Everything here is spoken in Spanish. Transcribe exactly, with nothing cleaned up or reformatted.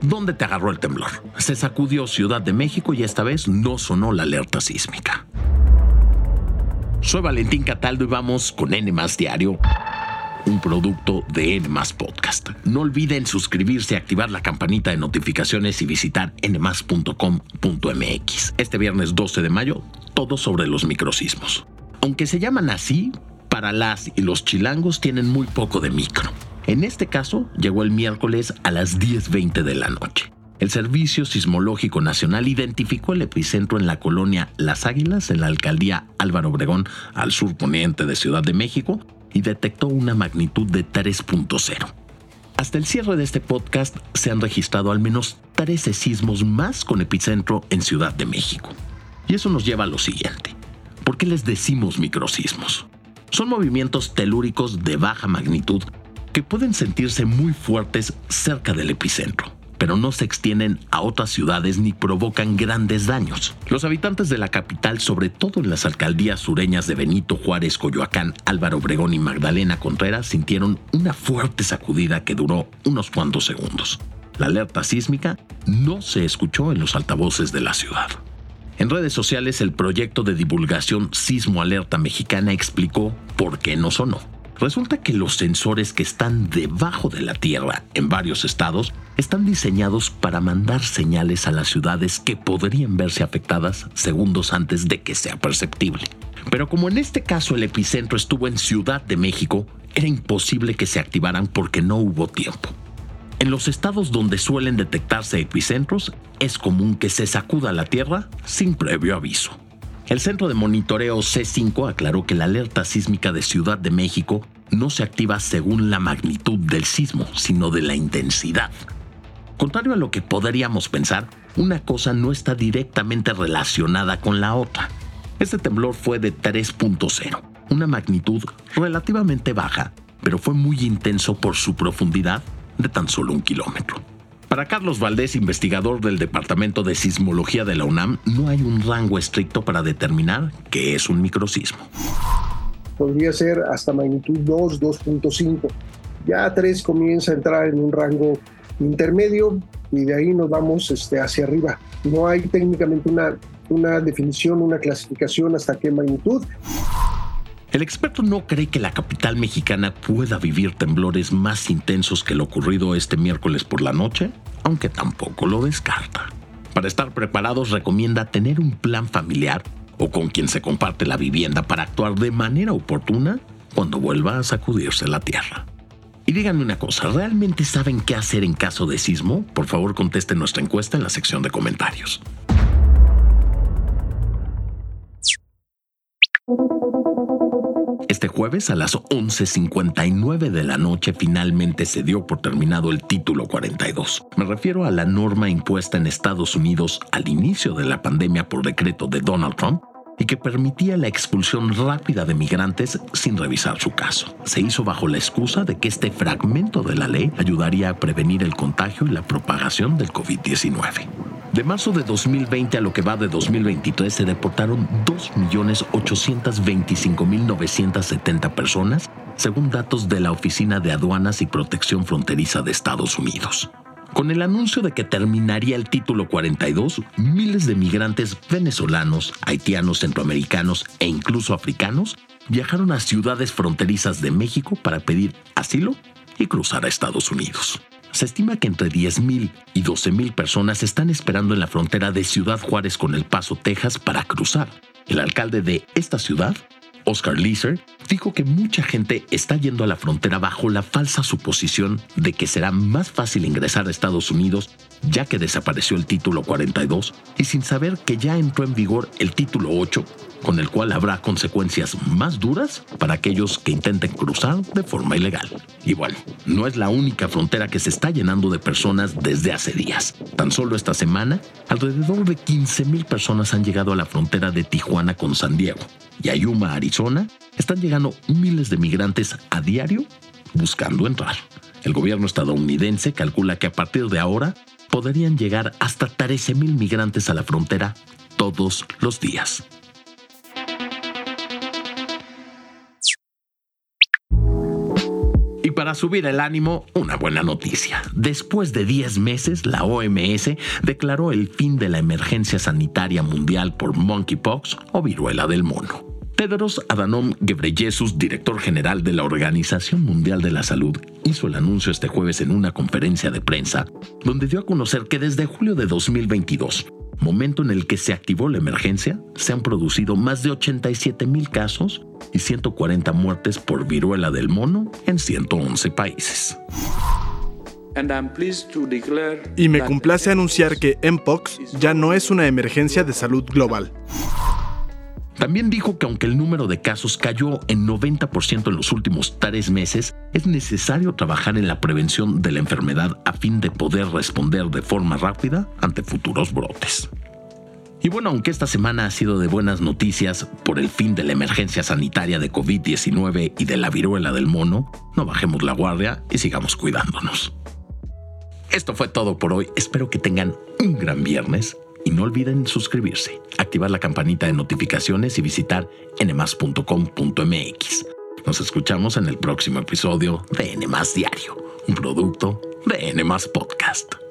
¿Dónde te agarró el temblor? Se sacudió Ciudad de México y esta vez no sonó la alerta sísmica. Soy Valentín Cataldo y vamos con N más Diario, un producto de N más Podcast. No olviden suscribirse, activar la campanita de notificaciones y visitar ene más punto com punto eme equis. Este viernes doce de mayo, todo sobre los microsismos. Aunque se llaman así, para las y los chilangos tienen muy poco de micro. En este caso, llegó el miércoles a las diez veinte de la noche. El Servicio Sismológico Nacional identificó el epicentro en la colonia Las Águilas, en la alcaldía Álvaro Obregón, al sur poniente de Ciudad de México, y detectó una magnitud de tres punto cero. Hasta el cierre de este podcast se han registrado al menos trece sismos más con epicentro en Ciudad de México. Y eso nos lleva a lo siguiente. ¿Por qué les decimos microsismos? Son movimientos telúricos de baja magnitud que pueden sentirse muy fuertes cerca del epicentro, pero no se extienden a otras ciudades ni provocan grandes daños. Los habitantes de la capital, sobre todo en las alcaldías sureñas de Benito Juárez, Coyoacán, Álvaro Obregón y Magdalena Contreras, sintieron una fuerte sacudida que duró unos cuantos segundos. La alerta sísmica no se escuchó en los altavoces de la ciudad. En redes sociales, el proyecto de divulgación Sismo Alerta Mexicana explicó por qué no sonó. Resulta que los sensores que están debajo de la tierra en varios estados están diseñados para mandar señales a las ciudades que podrían verse afectadas segundos antes de que sea perceptible. Pero como en este caso el epicentro estuvo en Ciudad de México, era imposible que se activaran porque no hubo tiempo. En los estados donde suelen detectarse epicentros, es común que se sacuda la tierra sin previo aviso. El Centro de Monitoreo ce cinco aclaró que la alerta sísmica de Ciudad de México no se activa según la magnitud del sismo, sino de la intensidad. Contrario a lo que podríamos pensar, una cosa no está directamente relacionada con la otra. Este temblor fue de tres punto cero, una magnitud relativamente baja, pero fue muy intenso por su profundidad de tan solo un kilómetro. Para Carlos Valdés, investigador del Departamento de Sismología de la UNAM, no hay un rango estricto para determinar qué es un microsismo. Podría ser hasta magnitud dos, dos punto cinco. Ya tres comienza a entrar en un rango intermedio y de ahí nos vamos este, hacia arriba. No hay técnicamente una, una definición, una clasificación hasta qué magnitud. El experto no cree que la capital mexicana pueda vivir temblores más intensos que lo ocurrido este miércoles por la noche, aunque tampoco lo descarta. Para estar preparados, recomienda tener un plan familiar o con quien se comparte la vivienda para actuar de manera oportuna cuando vuelva a sacudirse la tierra. Y díganme una cosa, ¿realmente saben qué hacer en caso de sismo? Por favor, contesten nuestra encuesta en la sección de comentarios. Este jueves a las once cincuenta y nueve de la noche finalmente se dio por terminado el título cuarenta y dos. Me refiero a la norma impuesta en Estados Unidos al inicio de la pandemia por decreto de Donald Trump y que permitía la expulsión rápida de migrantes sin revisar su caso. Se hizo bajo la excusa de que este fragmento de la ley ayudaría a prevenir el contagio y la propagación del covid diecinueve. De marzo de dos mil veinte a lo que va de dos mil veintitrés se deportaron dos millones ochocientos veinticinco mil novecientos setenta personas, según datos de la Oficina de Aduanas y Protección Fronteriza de Estados Unidos. Con el anuncio de que terminaría el título cuarenta y dos, miles de migrantes venezolanos, haitianos, centroamericanos e incluso africanos viajaron a ciudades fronterizas de México para pedir asilo y cruzar a Estados Unidos. Se estima que entre diez mil y doce mil personas están esperando en la frontera de Ciudad Juárez con El Paso, Texas, para cruzar. El alcalde de esta ciudad, Oscar Leeser, dijo que mucha gente está yendo a la frontera bajo la falsa suposición de que será más fácil ingresar a Estados Unidos ya que desapareció el título cuarenta y dos y sin saber que ya entró en vigor el título ocho, con el cual habrá consecuencias más duras para aquellos que intenten cruzar de forma ilegal. Y bueno, no es la única frontera que se está llenando de personas desde hace días. Tan solo esta semana, alrededor de quince mil personas han llegado a la frontera de Tijuana con San Diego. Y a Yuma, Arizona, están llegando miles de migrantes a diario buscando entrar. El gobierno estadounidense calcula que a partir de ahora podrían llegar hasta trece mil migrantes a la frontera todos los días. para subir el ánimo, una buena noticia. Después de diez meses, la O M S declaró el fin de la emergencia sanitaria mundial por monkeypox o viruela del mono. Tedros Adhanom Ghebreyesus, director general de la Organización Mundial de la Salud, hizo el anuncio este jueves en una conferencia de prensa, donde dio a conocer que desde julio de dos mil veintidós, momento en el que se activó la emergencia, se han producido más de ochenta y siete mil casos y ciento cuarenta muertes por viruela del mono en ciento once países. Y me complace anunciar que Mpox ya no es una emergencia de salud global. También dijo que aunque el número de casos cayó en noventa por ciento en los últimos tres meses, es necesario trabajar en la prevención de la enfermedad a fin de poder responder de forma rápida ante futuros brotes. Y bueno, aunque esta semana ha sido de buenas noticias por el fin de la emergencia sanitaria de covid diecinueve y de la viruela del mono, no bajemos la guardia y sigamos cuidándonos. Esto fue todo por hoy. Espero que tengan un gran viernes. Y no olviden suscribirse, activar la campanita de notificaciones y visitar ene más punto com punto eme equis. Nos escuchamos en el próximo episodio de N más Diario, un producto de N más Podcast.